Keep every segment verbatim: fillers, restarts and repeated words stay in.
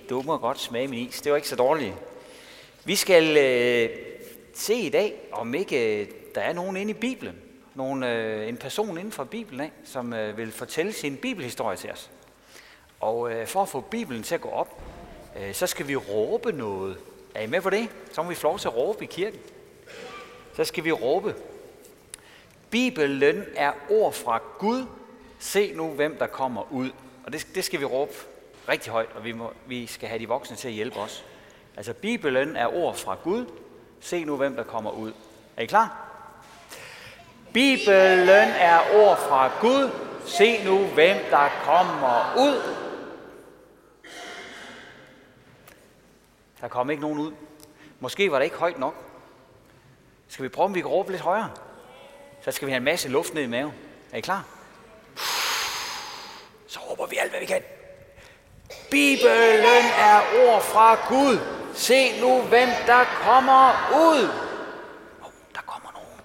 Du må godt smage min is. Det var ikke så dårligt. Vi skal øh, se i dag, om ikke øh, der er nogen inde i Bibelen. Nogen, øh, en person inden for Bibelen af, som øh, vil fortælle sin bibelhistorie til os. Og øh, for at få Bibelen til at gå op, øh, så skal vi råbe noget. Er I med på det? Så må vi få lov til at råbe i kirken. Så skal vi råbe. Bibelen er ord fra Gud. Se nu, hvem der kommer ud. Og det, det skal vi råbe rigtig højt, og vi, må, vi skal have de voksne til at hjælpe os. Altså, Bibelen er ord fra Gud. Se nu, hvem der kommer ud. Er I klar? Bibelen er ord fra Gud. Se nu, hvem der kommer ud. Der kom ikke nogen ud. Måske var det ikke højt nok. Skal vi prøve, om vi kan råbe lidt højere? Så skal vi have en masse luft ned i maven. Er I klar? Så råber vi alt, hvad vi kan. Bibelen er ord fra Gud. Se nu, hvem der kommer ud. Oh, der kommer nogen.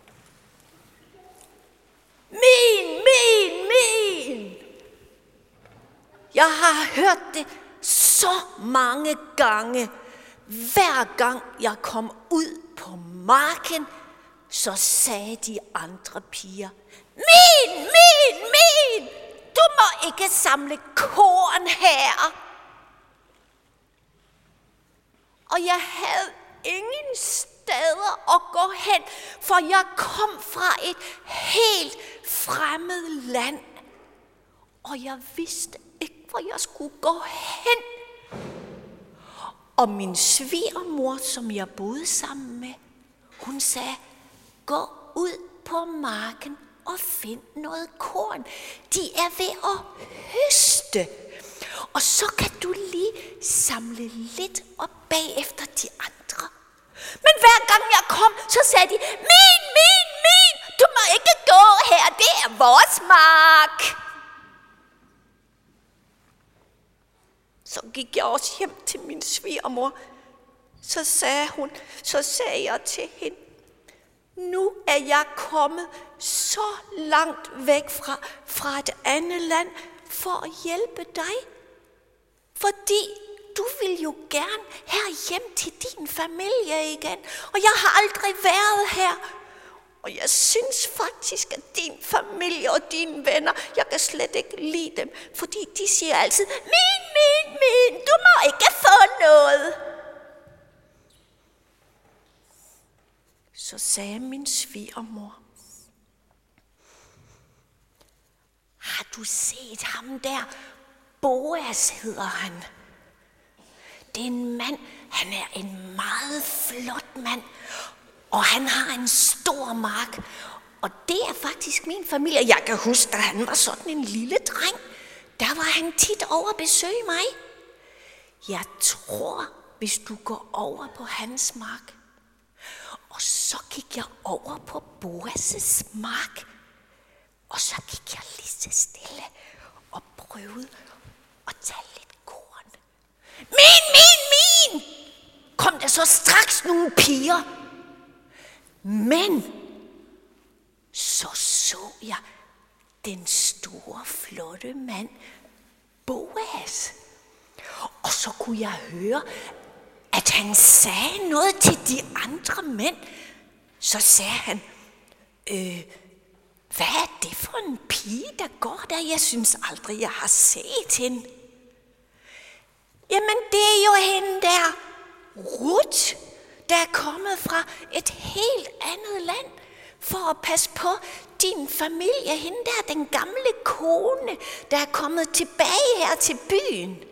Min, min, min. Jeg har hørt det så mange gange. Hver gang jeg kom ud på marken, så sagde de andre piger, min, min, min, du må ikke samle korn her. Og jeg havde ingen steder at gå hen, for jeg kom fra et helt fremmed land. Og jeg vidste ikke, hvor jeg skulle gå hen. Og min svigermor, som jeg boede sammen med, hun sagde, gå ud på marken og find noget korn. De er ved at høste. Og så kan du lige samle lidt op bagefter de andre. Men hver gang jeg kom, så sagde de, min, min, min, du må ikke gå her, det er vores mark. Så gik jeg også hjem til min svigermor. Så sagde hun, så sagde jeg til hende, nu er jeg kommet så langt væk fra, fra et andet land for at hjælpe dig. Fordi du vil jo gerne her hjem til din familie igen. Og jeg har aldrig været her. Og jeg synes faktisk, at din familie og dine venner, jeg kan slet ikke lide dem. Fordi de siger altid, min, min, min, du må ikke få noget. Så sagde min svigermor, har du set ham der? Boas hedder han. Det er en mand, han er en meget flot mand, og han har en stor mark. Og det er faktisk min familie. Jeg kan huske, da han var sådan en lille dreng, der var han tit over at besøge mig. Jeg tror, hvis du går over på hans mark, og så gik jeg over på Boas' mark, og så gik jeg lige så stille og prøvede at tage lidt korn. Min, min, min! Kom der så straks nogle piger. Men så så jeg den store, flotte mand, Boas. Og så kunne jeg høre, at han sagde noget til de andre mænd. Så sagde han, øh, hvad er det for en pige, der går der? Jeg synes aldrig, jeg har set hende. Jamen, det er jo hende der, Ruth, der er kommet fra et helt andet land for at passe på din familie. Hende der, den gamle kone, der er kommet tilbage her til byen.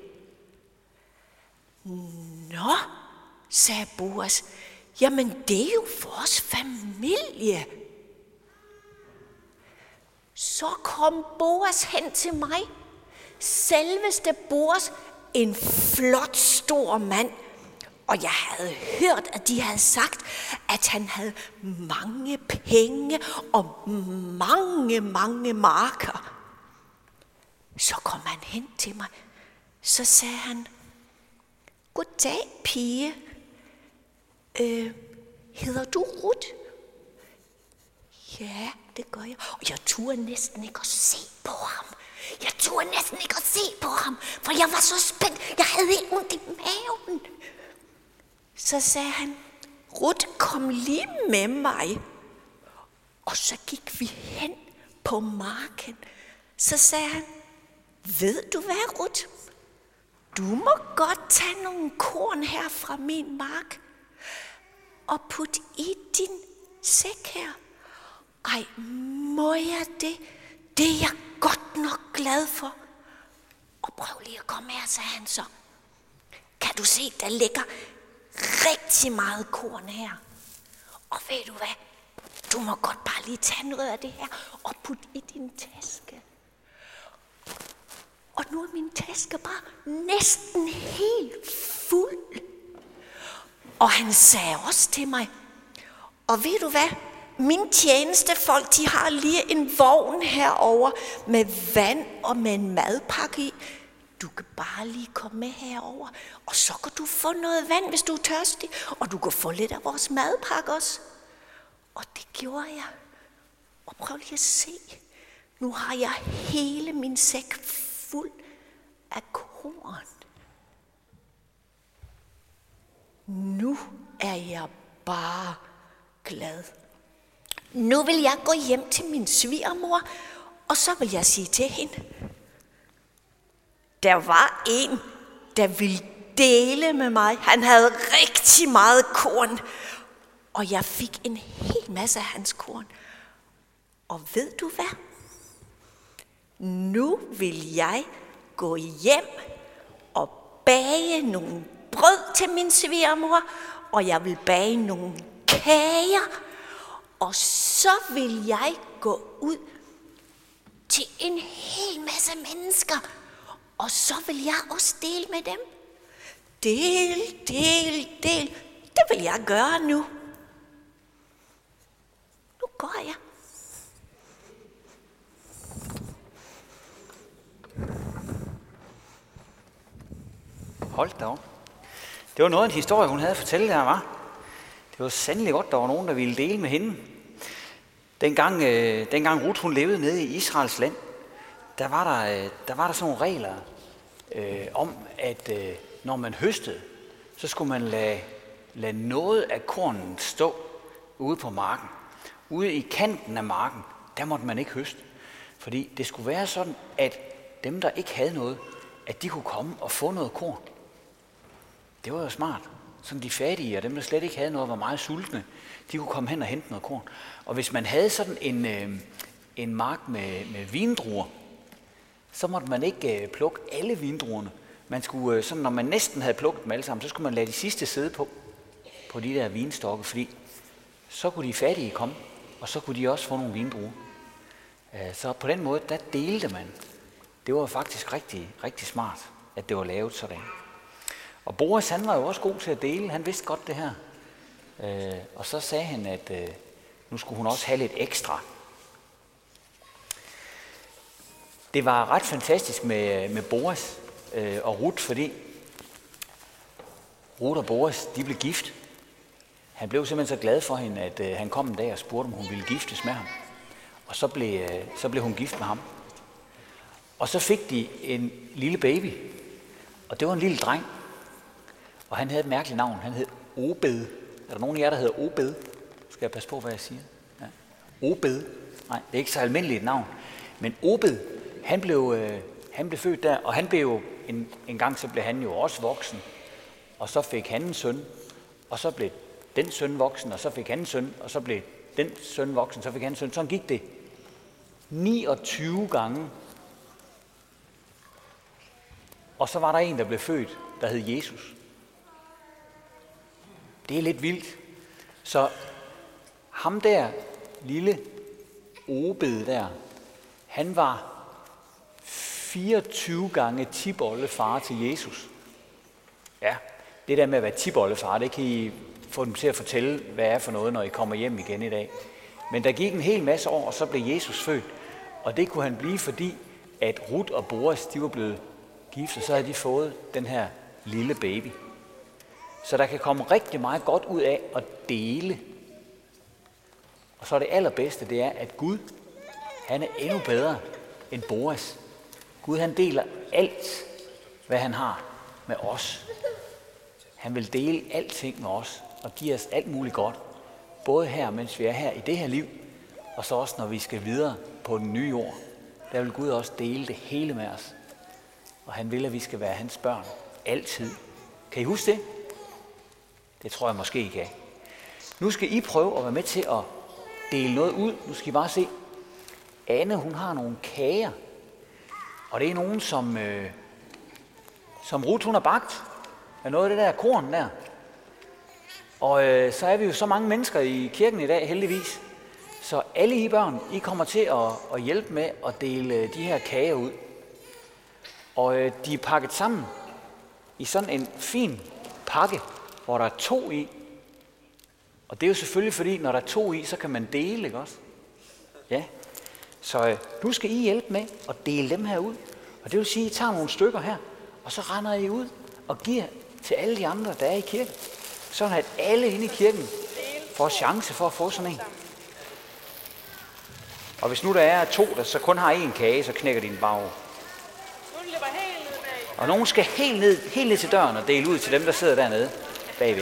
Nå, sagde Boas, jamen det er jo vores familie. Så kom Boas hen til mig. Selveste Boas, en flot stor mand. Og jeg havde hørt, at de havde sagt, at han havde mange penge og mange, mange marker. Så kom han hen til mig. Så sagde han, goddag, pige. Øh, hedder du Ruth? Ja, det gør jeg. Og jeg turde næsten ikke at se på ham. Jeg turde næsten ikke at se på ham, for jeg var så spændt. Jeg havde helt ondt i maven. Så sagde han, Ruth, kom lige med mig. Og så gik vi hen på marken. Så sagde han, ved du hvad, Ruth? Du må godt tage nogle korn her fra min mark og putte i din sæk her. Ej, må jeg det? Det er jeg godt nok glad for. Og prøv lige at komme her, sagde han så. Kan du se, der ligger rigtig meget korn her. Og ved du hvad? Du må godt bare lige tage noget af det her og putte i din taske. Og nu er min taske bare næsten helt fuld. Og han sagde også til mig, og ved du hvad? Mine tjenestefolk, de har lige en vogn herover med vand og med en madpakke i. Du kan bare lige komme med herover, og så kan du få noget vand, hvis du er tørstig. Og du kan få lidt af vores madpakke også. Og det gjorde jeg. Og prøv lige at se. Nu har jeg hele min sæk fuld af korn. Nu er jeg bare glad. Nu vil jeg gå hjem til min svigermor, og så vil jeg sige til hende, der var en, der ville dele med mig. Han havde rigtig meget korn, og jeg fik en hel masse af hans korn. Og ved du hvad? Nu vil jeg gå hjem og bage nogle brød til min svigermor, og jeg vil bage nogle kager, og så vil jeg gå ud til en hel masse mennesker, og så vil jeg også dele med dem. Del, del, del. Det vil jeg gøre nu. Nu går jeg. Hold da op. Det var noget af en historie, hun havde at fortælle der, var. Det var sandelig godt, der var nogen, der ville dele med hende. Dengang, øh, dengang Ruth, hun levede nede i Israels land, der var der, øh, der, var der sådan nogle regler øh, om, at øh, når man høstede, så skulle man lade, lade noget af kornen stå ude på marken. Ude i kanten af marken, der måtte man ikke høste. Fordi det skulle være sådan, at dem, der ikke havde noget, at de kunne komme og få noget korn. Det var jo smart. Som de fattige og dem, der slet ikke havde noget, var meget sultne, de kunne komme hen og hente noget korn. Og hvis man havde sådan en, øh, en mark med, med vindruer, så måtte man ikke øh, plukke alle vindruerne. Man skulle, øh, sådan, når man næsten havde plukket dem alle sammen, så skulle man lade de sidste sidde på, på de der vinstokke, fordi så kunne de fattige komme, og så kunne de også få nogle vindruer. Øh, så på den måde, der delte man. Det var faktisk rigtig, rigtig smart, at det var lavet sådan. Og Boas, han var jo også god til at dele. Han vidste godt det her. Øh, og så sagde han, at øh, nu skulle hun også have lidt ekstra. Det var ret fantastisk med, med Boas øh, og Ruth, fordi Ruth og Boas, de blev gift. Han blev simpelthen så glad for hende, at øh, han kom en dag og spurgte, om hun ville giftes med ham. Og så blev, øh, så blev hun gift med ham. Og så fik de en lille baby. Og det var en lille dreng. Og han havde et mærkeligt navn. Han hed Obed. Er der nogen af jer, der hedder Obed? Skal jeg passe på, hvad jeg siger? Ja. Obed. Nej, det er ikke så almindeligt et navn. Men Obed, han blev, øh, han blev født der, og han blev jo, en, en gang så blev han jo også voksen. Og så fik han en søn, og så blev den søn voksen, og så fik han en søn, og så blev den søn voksen, så fik han en søn. Sådan gik det niogtyve gange. Og så var der en, der blev født, der hed Jesus. Det er lidt vildt. Så ham der, lille Obed der, han var fireogtyve gange tipoldefar til Jesus. Ja, det der med at være tipoldefar, det kan I få dem til at fortælle, hvad er for noget, når I kommer hjem igen i dag. Men der gik en hel masse år, og så blev Jesus født. Og det kunne han blive, fordi at Ruth og Boas, de var blevet gift, og så havde de fået den her lille baby. Så der kan komme rigtig meget godt ud af at dele. Og så er det allerbedste, det er, at Gud, han er endnu bedre end Boas. Gud han deler alt, hvad han har med os. Han vil dele alting med os og give os alt muligt godt. Både her, mens vi er her i det her liv, og så også når vi skal videre på den nye jord. Der vil Gud også dele det hele med os. Og han vil, at vi skal være hans børn. Altid. Kan I huske det? Det tror jeg måske I kan. Nu skal I prøve at være med til at dele noget ud. Nu skal I bare se. Anne, hun har nogle kager. Og det er nogen, som, øh, som Ruth, hun har bagt. Af noget af det der korn der. Og øh, så er vi jo så mange mennesker i kirken i dag, heldigvis. Så alle I børn, I kommer til at, at hjælpe med at dele de her kager ud. Og øh, de er pakket sammen i sådan en fin pakke, hvor der er to i. Og det er jo selvfølgelig fordi, når der er to i, så kan man dele, ikke også? Ja. Så øh, nu skal I hjælpe med at dele dem her ud. Og det vil sige, at I tager nogle stykker her, og så render I ud og giver til alle de andre, der er i kirken. Sådan at alle inde i kirken får chance for at få sådan en. Og hvis nu der er to, der så kun har én kage, så knækker de den bare over. Og nogen skal helt ned, helt ned til døren og dele ud til dem, der sidder dernede bagved.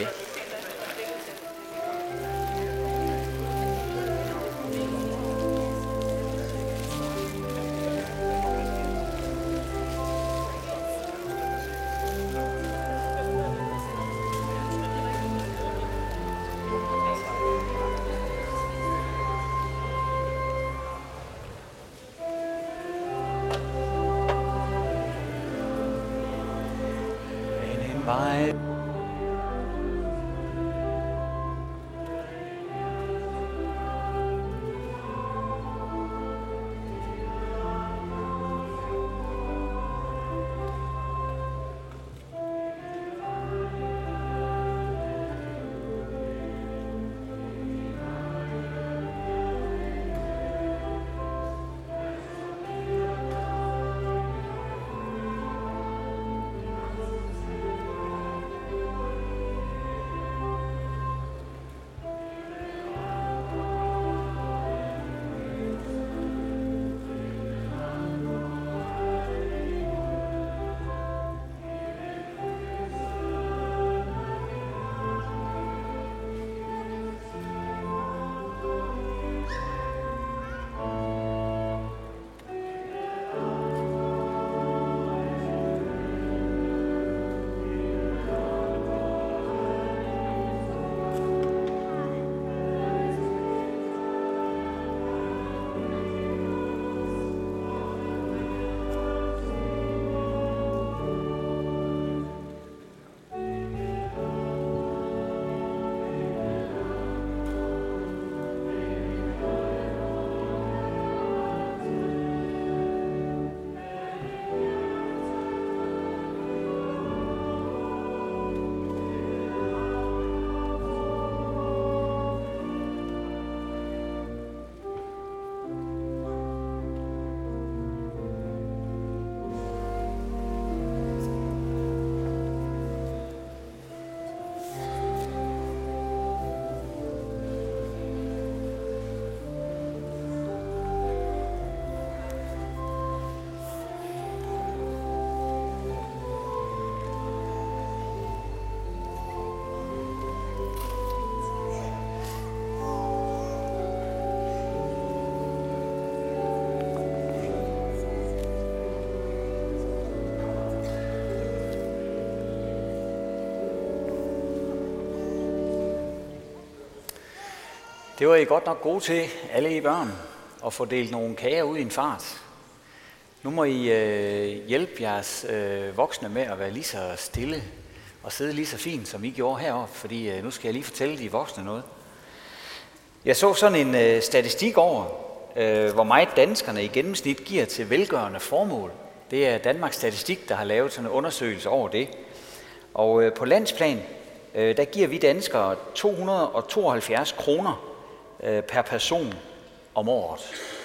Bye. Det var I godt nok gode til, alle I børn, at få delt nogle kager ud i en fart. Nu må I øh, hjælpe jeres øh, voksne med at være lige så stille og sidde lige så fint, som I gjorde heroppe, fordi øh, nu skal jeg lige fortælle de voksne noget. Jeg så sådan en øh, statistik over, øh, hvor meget danskerne i gennemsnit giver til velgørende formål. Det er Danmarks Statistik, der har lavet sådan en undersøgelse over det. Og øh, på landsplan, øh, der giver vi danskere to hundrede og tooghalvfjerds kroner øh, per person om året.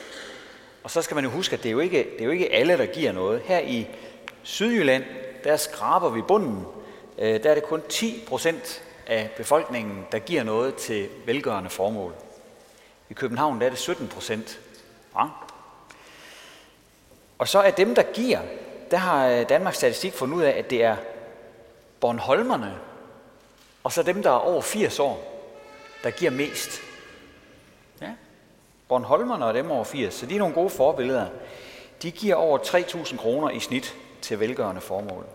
Og så skal man jo huske, at det er jo ikke, det er jo ikke alle, der giver noget. Her i Sydjylland, der skraber vi bunden. Øh, der er det kun ti procent af befolkningen, der giver noget til velgørende formål. I København der er det sytten procent. Ja. Og så er dem, der giver, der har Danmarks Statistik fundet ud af, at det er bornholmerne, og så dem, der er over firs år, der giver mest. Ja, bornholmerne og dem over firs, så de er nogle gode forbilleder. De giver over tre tusind kroner i snit til velgørende formål.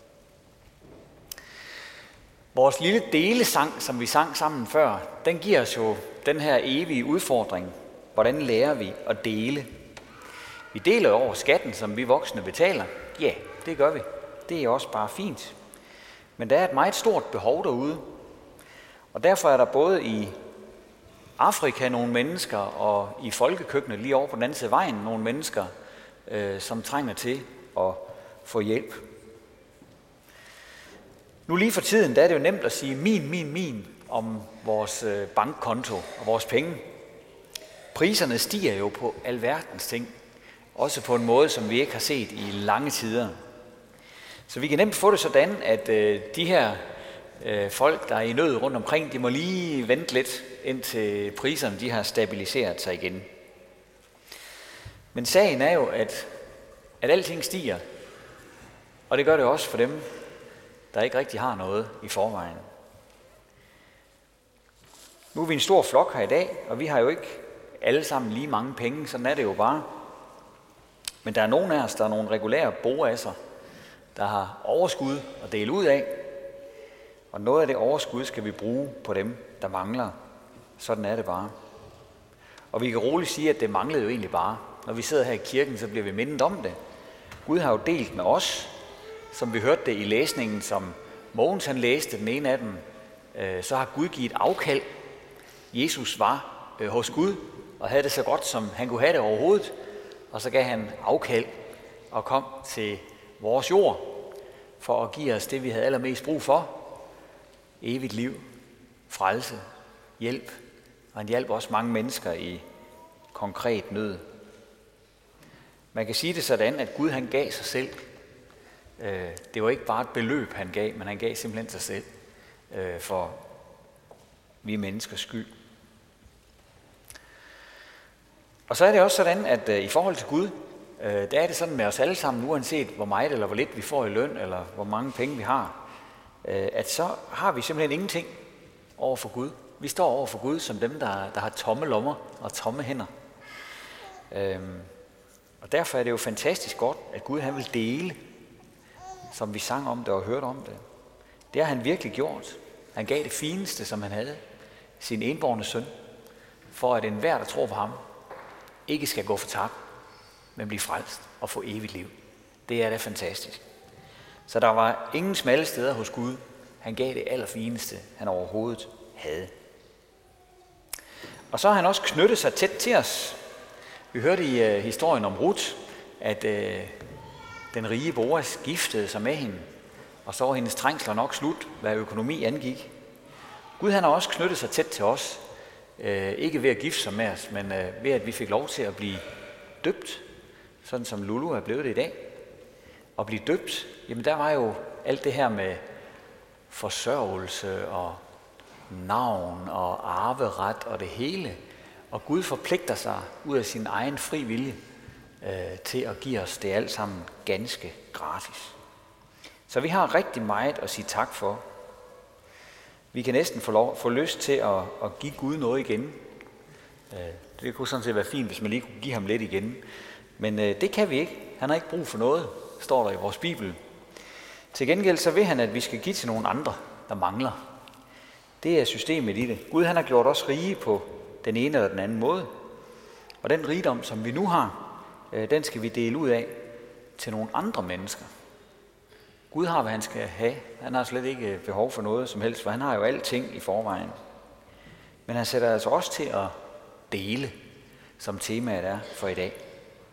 Vores lille delesang, som vi sang sammen før, den giver os jo den her evige udfordring. Hvordan lærer vi at dele? Vi deler over skatten, som vi voksne betaler. Ja, det gør vi. Det er også bare fint. Men der er et meget stort behov derude. Og derfor er der både i Afrika nogle mennesker, og i folkekøkkenet lige over på den anden side af vejen nogle mennesker, øh, som trænger til at få hjælp. Nu lige for tiden, der er det jo nemt at sige min, min, min om vores bankkonto og vores penge. Priserne stiger jo på alverdens ting, også på en måde, som vi ikke har set i lange tider. Så vi kan nemt få det sådan, at øh, de her øh, folk, der er i nød rundt omkring, de må lige vente lidt, indtil priserne de har stabiliseret sig igen. Men sagen er jo, at, at alting stiger, og det gør det også for dem, der ikke rigtig har noget i forvejen. Nu er vi en stor flok her i dag, og vi har jo ikke alle sammen lige mange penge, sådan er det jo bare. Men der er nogle af os, der er nogle regulære boasser, der har overskud at dele ud af, og noget af det overskud skal vi bruge på dem, der mangler. Sådan er det bare. Og vi kan roligt sige, at det manglede jo egentlig bare. Når vi sidder her i kirken, så bliver vi mindet om det. Gud har jo delt med os, som vi hørte det i læsningen, som Mogens han læste, den ene af dem, øh, så har Gud givet afkald. Jesus var øh, hos Gud og havde det så godt, som han kunne have det overhovedet, og så gav han afkald og kom til vores jord for at give os det, vi havde allermest brug for. Evigt liv, frelse, hjælp, og han hjalp også mange mennesker i konkret nød. Man kan sige det sådan, at Gud han gav sig selv. Det var ikke bare et beløb, han gav, men han gav simpelthen sig selv for vi menneskers skyld. Og så er det også sådan, at i forhold til Gud, der er det sådan med os alle sammen, uanset hvor meget eller hvor lidt vi får i løn, eller hvor mange penge vi har, at så har vi simpelthen ingenting over for Gud. Vi står over for Gud som dem, der, der har tomme lommer og tomme hænder. Og derfor er det jo fantastisk godt, at Gud han vil dele, som vi sang om det og hørte om det. Det har han virkelig gjort. Han gav det fineste, som han havde, sin enbårne søn, for at enhver, der tror på ham, ikke skal gå for tabt, men blive frelst og få evigt liv. Det er da fantastisk. Så der var ingen smalle steder hos Gud. Han gav det allerfineste, han overhovedet havde. Og så har han også knyttet sig tæt til os. Vi hørte i uh, historien om Ruth, at uh, den rige Boas giftede sig med hende, og så var hendes trængsler nok slut, hvad økonomi angik. Gud han har også knyttet sig tæt til os, uh, ikke ved at gifte sig med os, men uh, ved at vi fik lov til at blive døbt, sådan som Lulu er blevet det i dag. At blive døbt, jamen der var jo alt det her med forsørgelse og navn og arveret og det hele. Og Gud forpligter sig ud af sin egen fri vilje øh, til at give os det alt sammen ganske gratis. Så vi har rigtig meget at sige tak for. Vi kan næsten få, lov, få lyst til at, at give Gud noget igen. Øh, det kunne sådan set være fint, hvis man lige kunne give ham lidt igen. Men øh, det kan vi ikke. Han har ikke brug for noget, står der i vores Bibel. Til gengæld så vil han, at vi skal give til nogle andre, der mangler. Det er systemet i det. Gud han har gjort os rige på den ene eller den anden måde. Og den rigdom, som vi nu har, øh, den skal vi dele ud af til nogle andre mennesker. Gud har, hvad han skal have. Han har slet ikke behov for noget som helst, for han har jo alting i forvejen. Men han sætter altså også til at dele, som temaet er for i dag.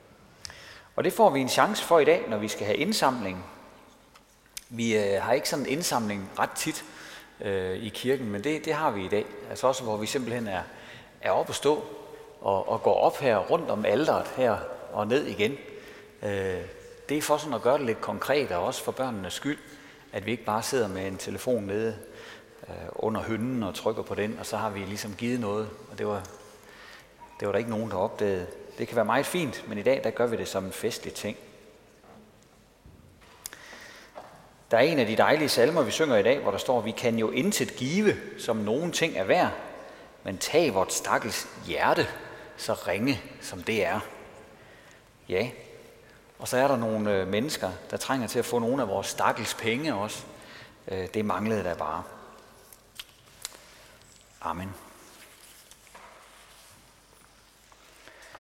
Og det får vi en chance for i dag, når vi skal have indsamling. Vi øh, har ikke sådan en indsamling ret tit øh, i kirken, men det, det har vi i dag. Altså også, hvor vi simpelthen er, er oppe at stå og, og går op her rundt om alteret her og ned igen. Øh, det er for sådan at gøre det lidt konkret, og også for børnenes skyld, at vi ikke bare sidder med en telefon nede øh, under hynden og trykker på den, og så har vi ligesom givet noget, og det var, det var der ikke nogen, der opdagede. Det kan være meget fint, men i dag der gør vi det som en festlig ting. Der er en af de dejlige salmer, vi synger i dag, hvor der står, vi kan jo intet give, som nogen ting er værd, men tag vort stakkels hjerte, så ringe som det er. Ja, og så er der nogle øh, mennesker, der trænger til at få nogle af vores stakkels penge også. Øh, det manglede der bare. Amen.